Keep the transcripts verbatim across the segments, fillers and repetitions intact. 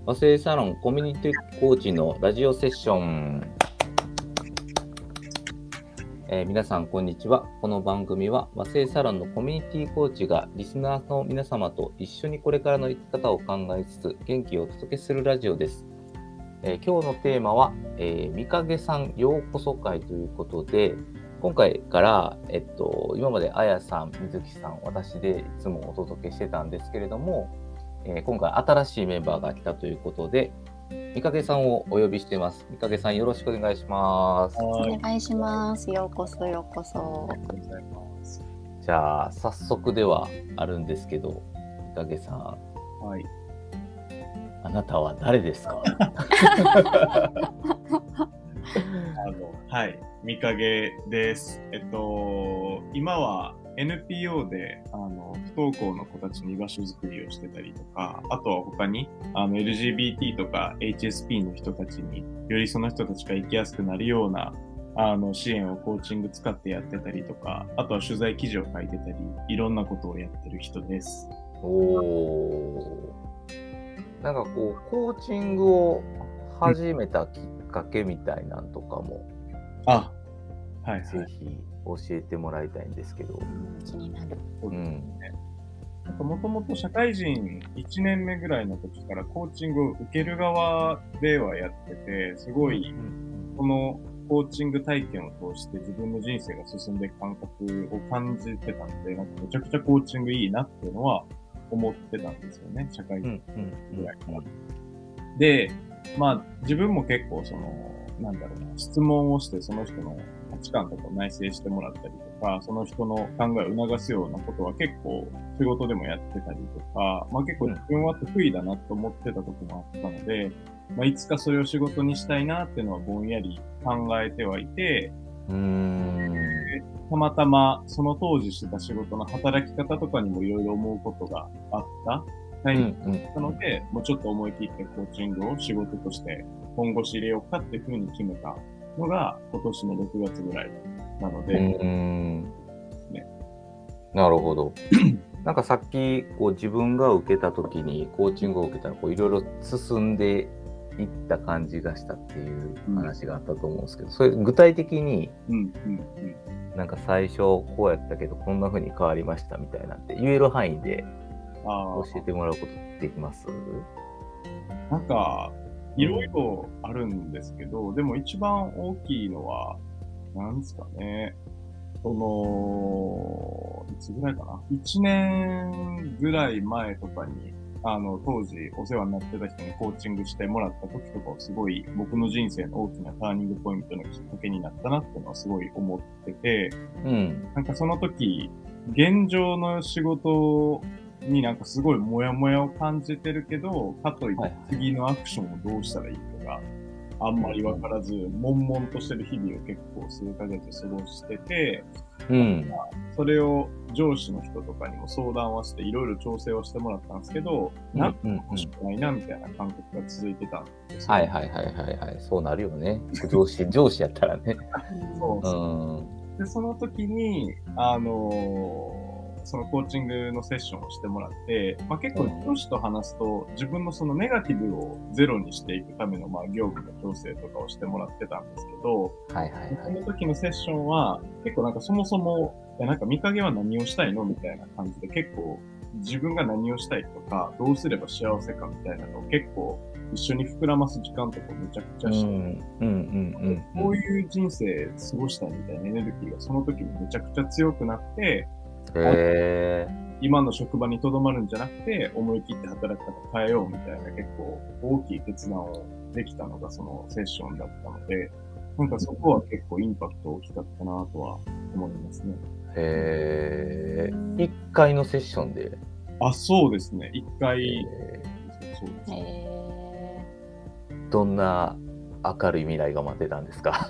和製サロンコミュニティコーチのラジオセッション、えー、皆さんこんにちは。この番組は和製サロンのコミュニティコーチがリスナーの皆様と一緒にこれからの生き方を考えつつ元気をお届けするラジオです。えー、今日のテーマは、えー、みかげさんようこそ会ということで、今回から、えっと、今まであやさん、みずきさん、私でいつもお届けしてたんですけれども、えー、今回新しいメンバーが来たということで、みかげさんをお呼びしています。みかげさんよろしくお願いします。 お願いします。ようこそようこそ。 ありがとうございます。 じゃあ早速ではあるんですけど、みかげさん、 はい。 あなたは誰ですか？ あのはい、みかげです。えっと今は エヌピーオー であの不登校の子たちに居場所づくりをしてたりとか、あとは他にあの エルジービーティー とか エイチエスピー の人たちによりその人たちが生きやすくなるようなあの支援をコーチング使ってやってたりとか、あとは取材記事を書いてたり、いろんなことをやってる人です。 おー、なんかこうコーチングを始めたきっかけみたいなんとかも、 あ、はい、はい、 ぜひ教えてもらいたいんですけど。 気になる。 うん。 もともと社会人いちねんめぐらいの時からコーチングを受ける側ではやってて、すごいこのコーチング体験を通して自分の人生が進んでいく感覚を感じてたので、なんかめちゃくちゃコーチングいいなっていうのは思ってたんですよね、社会人ぐらいから。で、まあ自分も結構その、なんだろうな、質問をしてその人の価値観とかを内省してもらったりとか、その人の考えを促すようなことは結構仕事でもやってたりとか、まあ結構自分は得意だなと思ってたこともあったので、まあいつかそれを仕事にしたいなっていうのはぼんやり考えてはいて、 うーん、 たまたまその当時してた仕事の働き方とかにもいろいろ思うことがあったタイミングだったので、もうちょっと思い切ってコーチングを仕事として本腰入れようかっていうふうに決めたのが今年のろくがつぐらいなので、 うーん、ね、なるほど。なんかさっきこう自分が受けた時にコーチングを受けたらこういろいろ進んでいった感じがしたっていう話があったと思うんですけど、うん、それ具体的に、うんうんうん、なんか最初こうやったけどこんな風に変わりましたみたいなんて言える範囲で教えてもらうことできます？ なんかいろいろあるんですけど、うん、でも一番大きいのはなんですかね、そのいつぐらいかな、いちねんぐらい前とかにあの当時お世話になってた人にコーチングしてもらった時とかはすごい僕の人生の大きなターニングポイントのきっかけになったなっていうのはすごい思ってて、うん、なんかその時現状の仕事になんかすごいモヤモヤを感じてるけど、かといって次のアクションをどうしたらいいかがあんまりわからず、悶々としてる日々を結構数ヶ月過ごしてて、うん、それを上司の人とかにも相談はしていろいろ調整をしてもらったんですけど、うん、なんか欲しくないなみたいな感覚が続いてたんですよ。 はいはいはいはいはい、そうなるよね。上司上司やったらね。 そうそう、うん、でその時にあのー。そのコーチングのセッションをしてもらって、まあ、結構上司と話すと自分のそのネガティブをゼロにしていくためのまあ業務の調整とかをしてもらってたんですけど、はいはいはい、その時のセッションは結構なんかそもそもいやなんか見影は何をしたいのみたいな感じで、結構自分が何をしたいとかどうすれば幸せかみたいなのを結構一緒に膨らます時間とかめちゃくちゃして、うんうんうんうん、こういう人生過ごしたいみたいなエネルギーがその時にめちゃくちゃ強くなって、へ今の職場に留まるんじゃなくて思い切って働き方変えようみたいな結構大きい決断をできたのがそのセッションだったので、なんかそこは結構インパクト大きかったなとは思いますね。 へー、一回のセッションで？ あ、そうですね、一回。 そうですね。どんな明るい未来が待ってたんですか？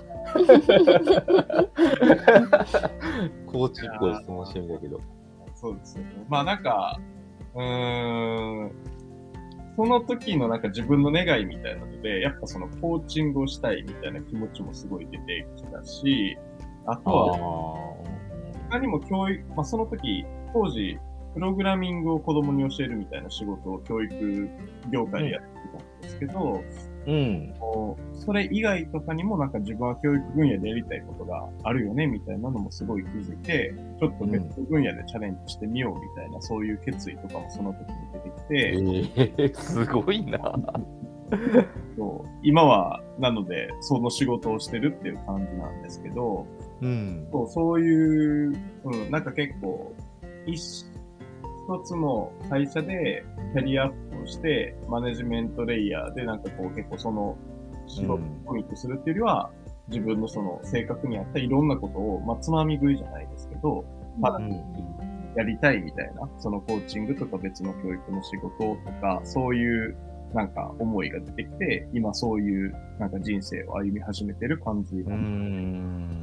コーチっぽい質問してみたけど。 そうですよね。まあなんか、うーん、その時のなんか自分の願いみたいなので、やっぱそのコーチングをしたいみたいな気持ちもすごい出てきたし、あとは、他にも教育、まあその時、当時、プログラミングを子供に教えるみたいな仕事を教育業界でやってたんですけど、 うん。 こうそれ以外とかにもなんか自分は教育分野でやりたいことがあるよねみたいなのもすごい気づいて、ちょっと別の分野でチャレンジしてみようみたいな、そういう決意とかもその時に出てきて、 えー、すごいな。 そう今はなのでその仕事をしてるっていう感じなんですけど、 うん。 そうそういう、うん、なんか結構一一つの会社でキャリアアップをして、マネジメントレイヤーでなんかこう結構その仕事をコミットするっていうよりは、うん、自分のその性格に合ったいろんなことを、まあ、つまみ食いじゃないですけど、まあ、やりたいみたいな、そのコーチングとか別の教育の仕事とか、そういうなんか思いが出てきて、今そういうなんか人生を歩み始めてる感じなんで、うん、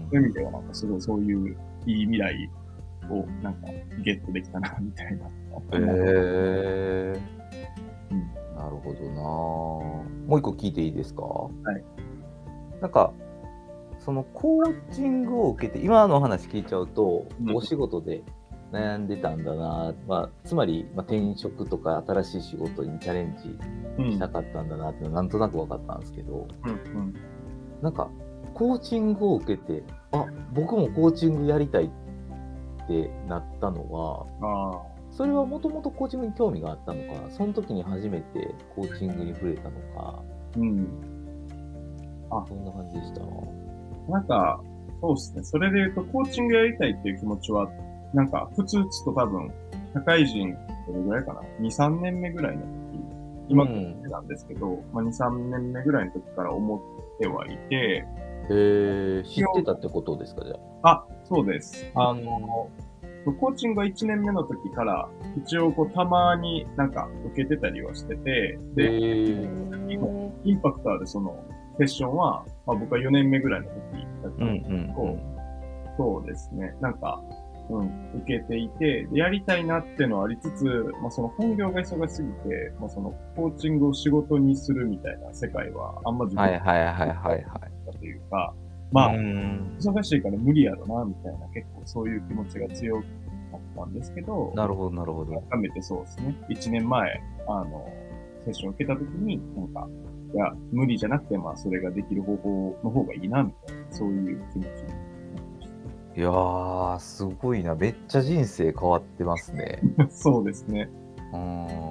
そういう意味ではなんかすごいそういういい未来をなんかゲットできたなみたいな。 へえー、うん、なるほどな。もう一個聞いていいですか？はい。なんかそのコーチングを受けて今の話聞いちゃうと、うん、お仕事で悩んでたんだな、まあ、つまり、まあ、転職とか新しい仕事にチャレンジしたかったんだなっていうのはなんとなく分かったんですけど、うんうん、なんかコーチングを受けて、あ、僕もコーチングやりたいってなったのは、あ、それはもともとコーチングに興味があったのか、その時に初めてコーチングに触れたのか、うん、あ、そんな感じでした。 なんかそうですね。それで言うとコーチングやりたいっていう気持ちはなんかふつふつと多分社会人どれぐらいかな、に、さんねんめぐらいの時、今なんですけど、うん、まあ、に、さんねんめぐらいの時から思ってはいて、 へー、知ってたってことですか、じゃあ。あ、そうです。あの、コーチングはいちねんめの時から、一応こうたまになんか受けてたりはしてて、で、インパクトあるそのセッションは、まあ、僕はよねんめぐらいの時だったんですけど、うんうんうん、そうですね、なんか、うん、受けていて、やりたいなっていうのはありつつ、まあ、その本業が忙しすぎて、まあ、そのコーチングを仕事にするみたいな世界はあんま自分はいはいはいはいはい。 というか、まあ、忙しいから無理やろな、みたいな結構そういう気持ちが強かったんですけど、 なるほどなるほど。 改めてそうですね、いちねんまえ、あの、セッションを受けたときに、なんか、いや、無理じゃなくて、まあ、それができる方法の方がいいな、みたいな、そういう気持ち。 いやー、すごいな。めっちゃ人生変わってますね。 そうですね。 うん、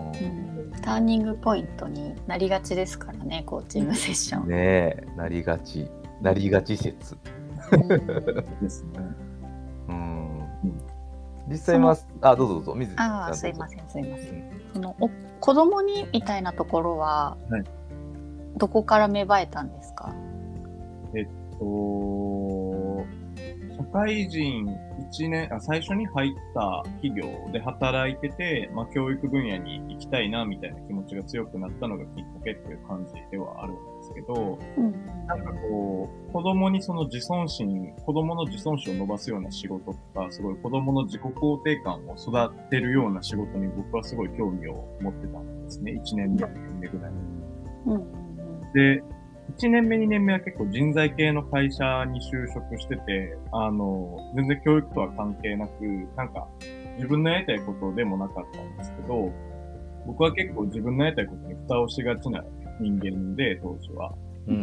ターニングポイントになりがちですからね、コーチングセッション。 ねえ、なりがち。なりがち説。 ですね。 うん。実際は、あ、どうぞどうぞ、水さん。あ、すいません、すいません。うん、そのお子供にみたいなところは、はい、どこから芽生えたんですか？ えっと、社会人いちねん、あ、最初に入った企業で働いてて、まあ、教育分野に行きたいなみたいな気持ちが強くなったのがきっかけっていう感じではあるんですけど、うん、なんかこう、子供にその自尊心、子供の自尊心を伸ばすような仕事とか、すごい子供の自己肯定感を育てるような仕事に僕はすごい興味を持ってたんですね。いちねんめ、にねんめぐらいに。うん、で、いちねんめ、にねんめは結構人材系の会社に就職してて、あの、全然教育とは関係なく、なんか自分のやりたいことでもなかったんですけど、僕は結構自分のやりたいことに蓋をしがちな人間で、当時は。うん、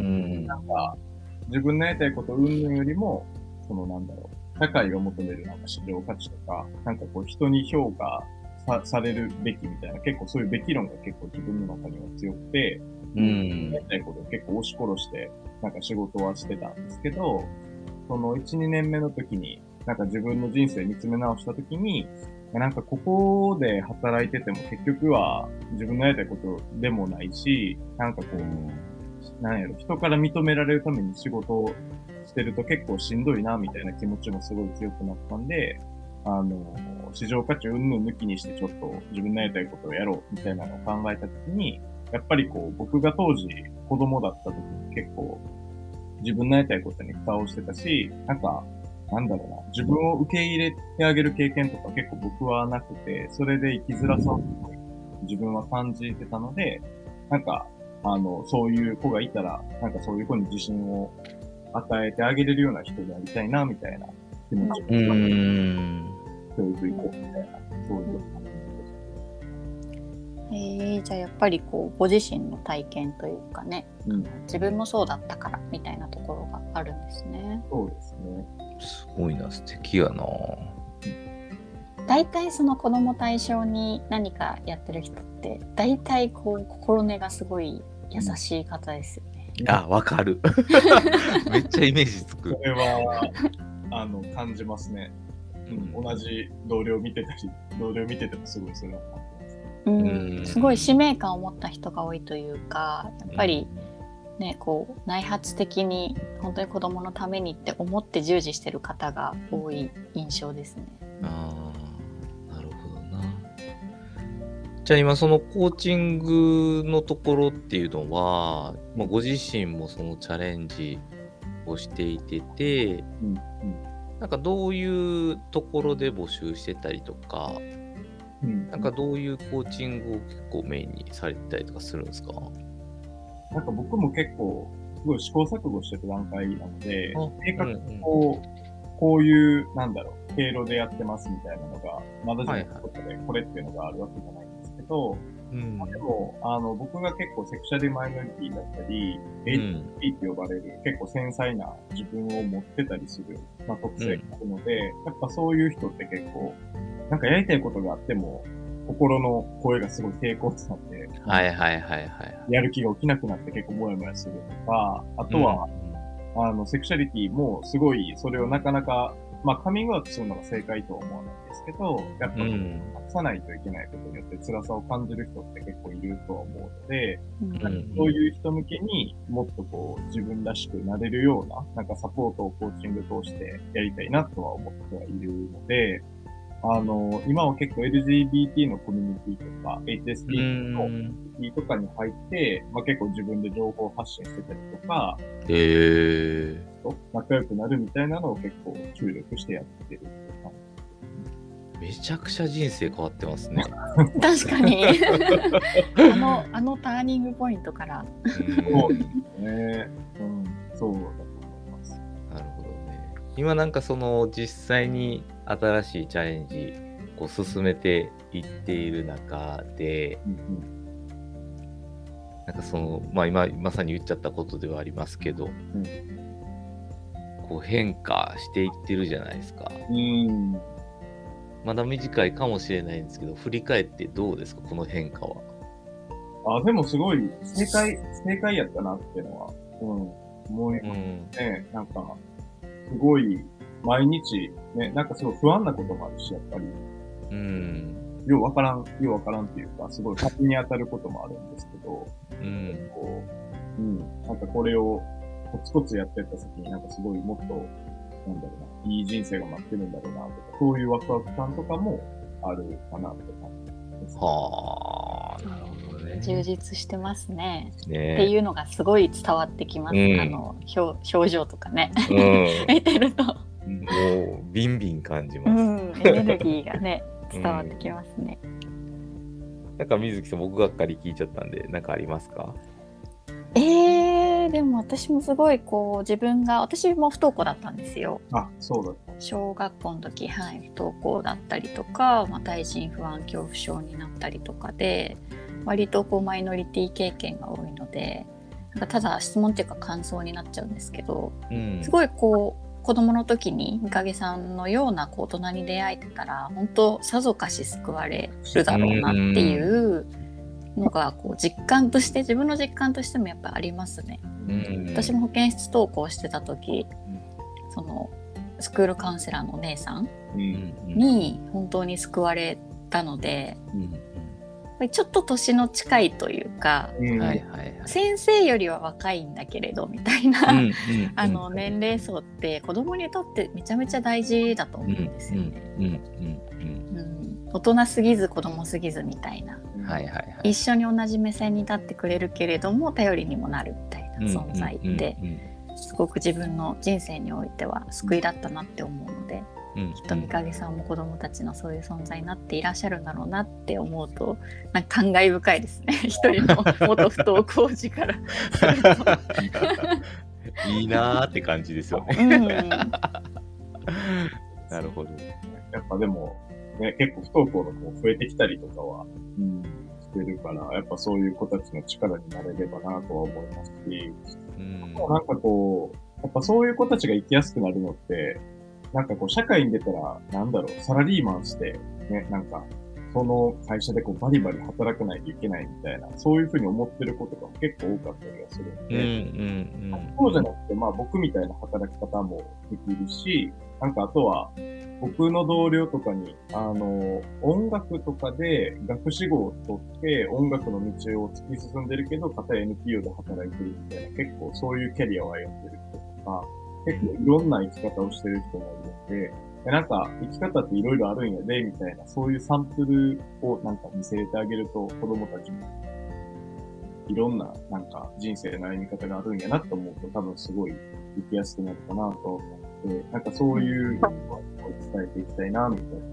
なんか、自分のやりたいこと云々よりも、そのなんだろう、社会が求めるなんか市場価値とか、なんかこう人に評価さ、されるべきみたいな、結構そういうべき論が結構自分の中には強くて、うん、やりたいことを結構押し殺して、なんか仕事はしてたんですけど、そのいち、にねんめの時に、なんか自分の人生見つめ直した時に、なんかここで働いてても結局は自分のやりたいことでもないし、なんかこう、なんやろ、人から認められるために仕事をしてると結構しんどいな、みたいな気持ちもすごい強くなったんで、あの、市場価値云々抜きにしてちょっと自分のやりたいことをやろう、みたいなのを考えた時に、やっぱりこう、僕が当時子供だった時に結構自分のやりたいことに蓋をしてたし、なんか、なんだろうな、自分を受け入れてあげる経験とか結構僕はなくて、それで生きづらさを自分は感じてたので、なんか、あの、そういう子がいたら、なんかそういう子に自信を与えてあげれるような人でありたいな、みたいな気持ちを。うーん。教育行こうみたいな、そういう感じです。 えー、じゃあやっぱりこうご自身の体験というかね、 うん、 自分もそうだったからみたいなところがあるんですね。 そうですね。 すごいな、素敵やな。 大体その子供対象に何かやってる人って大体こう心根がすごい優しい方ですよね。 あ、わかる。めっちゃイメージつく。 これはあの感じますね、うん。同じ同僚見てたり、同僚見ててもすごいそれは感じます。 うん、すごい使命感を持った人が多いというか、やっぱりね、こう内発的に本当に子どものためにって思って従事してる方が多い印象ですね。 ああ、なるほどな。じゃあ今そのコーチングのところっていうのは、まあ、ご自身もそのチャレンジをしていてて、うんうん、なんかどういうところで募集してたりとか、うん、なんかどういうコーチングを結構メインにされてたりとかするんですか？ なんか僕も結構すごい試行錯誤してる段階なので、正確にこう、うんうん、こういうなんだろう経路でやってますみたいなのがまだ自分のことでこれっていうのがあるわけじゃないんですけど、うん、でもあの僕が結構セクシャルマイノリティだったり、うん、エイチティー って呼ばれる結構繊細な自分を持ってたりする、まあ、特性があるので、うん、やっぱそういう人って結構なんかやりたいことがあっても心の声がすごい抵抗となって、 はいはいはいはい、 やる気が起きなくなって結構モヤモヤするとか、あとは、うん、あのセクシャリティもすごいそれをなかなかまあカミングアウトするのが正解とは思わないんですけど、やっぱり隠さないといけないことによって辛さを感じる人って結構いるとは思うので、うん、なんかそういう人向けにもっとこう自分らしくなれるようななんかサポートをコーチング通してやりたいなとは思ってはいるので、あの、今は結構 エルジービーティー のコミュニティとか、エイチエスティー のコミュニティとかに入って、まあ結構自分で情報発信してたりとか、 へー。 仲良くなるみたいなのを結構注力してやってる。 めちゃくちゃ人生変わってますね。 確かに。あの、あのターニングポイントから。 そうですね。うん、そうだと思います。 なるほどね。今なんかその実際に新しいチャレンジを進めていっている中で、うんうん、なんかその、まあ今まさに言っちゃったことではありますけど、うん、こう変化していってるじゃないですか。うん、まだ短いかもしれないんですけど、振り返ってどうですか、この変化は。 あ、でもすごい正解、正解やったなっていうのは、うん、思いますね。うん、なんか、すごい、毎日、ね、なんかすごい不安なこともあるし、やっぱり。うん。ようわからん、ようわからんっていうか、すごい風に当たることもあるんですけど、うん。こう、うん。なんかこれをコツコツやってった先になんかすごいもっと、なんだろうな、いい人生が待ってるんだろうなとか、そういうワクワク感とかもあるかなって感じです。 はあ、なるほどね。 充実してますね。ねっていうのがすごい伝わってきます。うん、あの表、表情とかね、うん、見てると。 もうビンビン感じます。 うん、エネルギーがね伝わってきますね。うん、 なんか水木さん、僕ばっかり聞いちゃったんで、なんかありますか？ えー、でも私もすごいこう自分が私も不登校だったんですよ。 あ、そうだった。 小学校の時、はい、不登校だったりとか、まあ、対人不安恐怖症になったりとかで、割とこうマイノリティ経験が多いので、なんかただ質問っていうか感想になっちゃうんですけど、うん、すごいこう子供の時に三影さんのようなこう大人に出会えてたら本当さぞかし救われるだろうなっていうのがこう実感として自分の実感としてもやっぱりありますね。うん、私も保健室登校してた時、そのスクールカウンセラーのお姉さんに本当に救われたので、うんうん、ちょっと年の近いというか、うんはいはいはい、先生よりは若いんだけれどみたいな、うんうんうん、あの年齢層って子供にとってめちゃめちゃ大事だと思うんですよね、うんうんうんうん、大人すぎず子供すぎずみたいな、はいはいはい、一緒に同じ目線に立ってくれるけれども頼りにもなるみたいな存在って、うんうんうんうん、すごく自分の人生においては救いだったなって思うので、うん、きっと三影さんも子どもたちのそういう存在になっていらっしゃるんだろうなって思うとなんか感慨深いですね。一人の元不登校児からするといいなーって感じですよね、うん、なるほど。 やっぱでも、ね、結構不登校の子増えてきたりとかは、うん、しってるから、やっぱそういう子たちの力になれればなとは思いますし、うん、なんかこう、やっぱそういう子たちが生きやすくなるのって、なんかこう社会に出たら、なんだろう、サラリーマンして、ね、なんか、その会社でこうバリバリ働かないといけないみたいな、そういうふうに思ってる子とかも結構多かったりはするので、うんうんうん、そうじゃなくて、まあ僕みたいな働き方もできるし、なんかあとは、僕の同僚とかに、あの、音楽とかで学士号を取って音楽の道を突き進んでるけど、片や エヌピーオー で働いてるみたいな、結構そういうキャリアを歩んでる人とか、結構いろんな生き方をしてる人がいるので、なんか生き方っていろいろあるんやで、みたいな、そういうサンプルをなんか見せてあげると、子供たちもいろんななんか人生の歩み方があるんやなと思うと、多分すごい生きやすくなるかなと思って、なんかそういうのを伝えていきたいな、みたいな。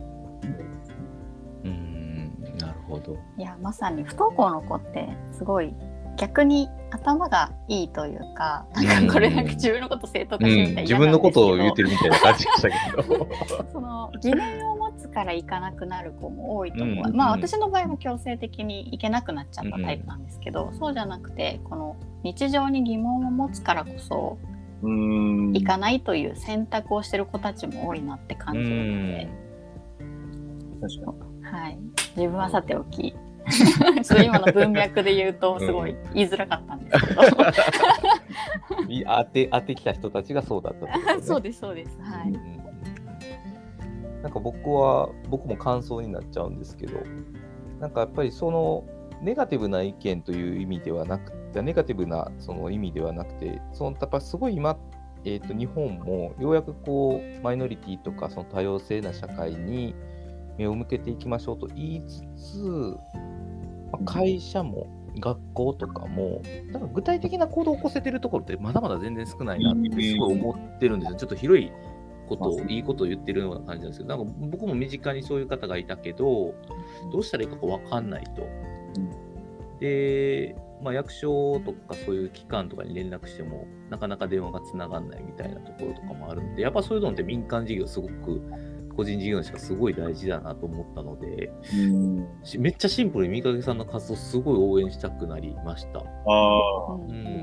うーん、なるほど。 いや、まさに不登校の子ってすごい逆に頭がいいというか、なんかこれなんか自分のこと正当化してみたいな、うん、 自分のことを言ってるみたいな感じでしたけどその疑念を持つから行かなくなる子も多いと思う、うんうん、まあ私の場合は強制的に行けなくなっちゃったタイプなんですけど、うん、そうじゃなくてこの日常に疑問を持つからこそ行かないという選択をしてる子たちも多いなって感じるので、 確かに、はい、自分はさておきちょっと今の文脈で言うとすごい言いづらかったんですけど、 うん、当て当てきた人たちがそうだったってことね。 そうですそうです、はい、うんうん、なんか僕は僕も感想になっちゃうんですけど、なんかやっぱりそのネガティブな意見という意味ではなくて、ネガティブなその意味ではなくて、そのやっぱすごい今、えーと、日本もようやくこうマイノリティとかその多様性な社会に目を向けていきましょうと言いつつ、会社も学校とかもなんか具体的な行動を起こせてるところってまだまだ全然少ないなってすごい思ってるんですよ。ちょっと広いことをいいことを言ってるような感じなんですけど、なんか僕も身近にそういう方がいたけど、どうしたらいいか分かんないと。で、まあ、役所とかそういう機関とかに連絡してもなかなか電話がつながんないみたいなところとかもあるんで、やっぱそういうのって民間事業すごく個人事業主がすごい大事だなと思ったので、うんめっちゃシンプルに三影さんの活動すごい応援したくなりました。ああ、うん、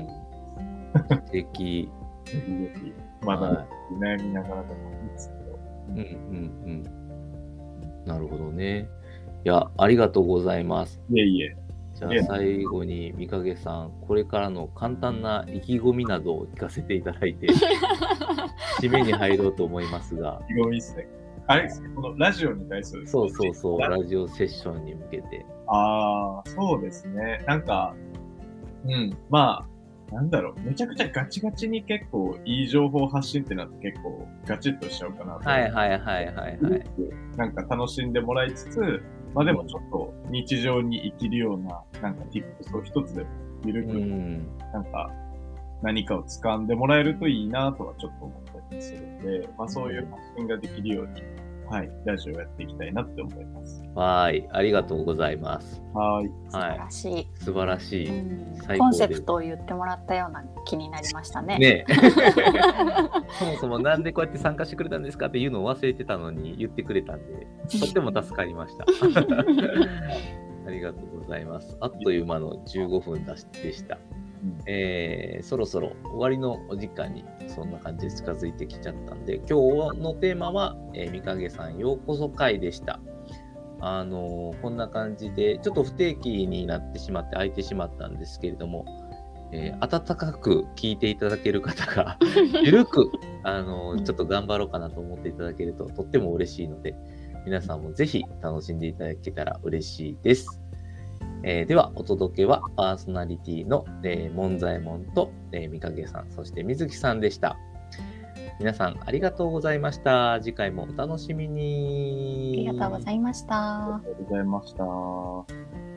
素敵。 ぜひぜひまだ悩みながらでもいいですけど。 うんうんうん。なるほどね。いや、ありがとうございます。 いえいえ。 じゃあ最後に三影さん、これからの簡単な意気込みなどを聞かせていただいて、締めに入ろうと思いますが。 意気込みですね。あれですね、このラジオに対する。 そうそうそう、ラジオセッションに向けて。 ああ、そうですね。なんか、うん、まあ、なんだろう、めちゃくちゃガチガチに結構いい情報発信ってなって結構ガチッとしちゃうかなと。 はいはいはいはいはい。 なんか楽しんでもらいつつ、まあでもちょっと日常に生きるような、なんか tips を一つでも緩く、うん、なんか何かを掴んでもらえるといいなとはちょっと思ったりするんで、まあそういう発信ができるように、はい、ラジオやっていきたいなって思います。 はい、ありがとうございます。 はい。 素晴らしい。 素晴らしい。 うん、コンセプトを言ってもらったような気になりましたね。 ねそもそもなんでこうやって参加してくれたんですかっていうのを忘れてたのに言ってくれたんで、とっても助かりました。ありがとうございます。あっという間のじゅうごふんでした。えー、そろそろ終わりのお時間にそんな感じで近づいてきちゃったんで、今日のテーマは、えー、三影さんようこそ会でした。あのー、こんな感じでちょっと不定期になってしまって空いてしまったんですけれども、えー、温かく聞いていただける方がゆるく、あのー、ちょっと頑張ろうかなと思っていただけるととっても嬉しいので、皆さんもぜひ楽しんでいただけたら嬉しいです。えー、ではお届けはパーソナリティの、えー、門左衛門と、えー、三影さん、そして水木さんでした。皆さんありがとうございました。次回もお楽しみに。 ありがとうございました。 ありがとうございました。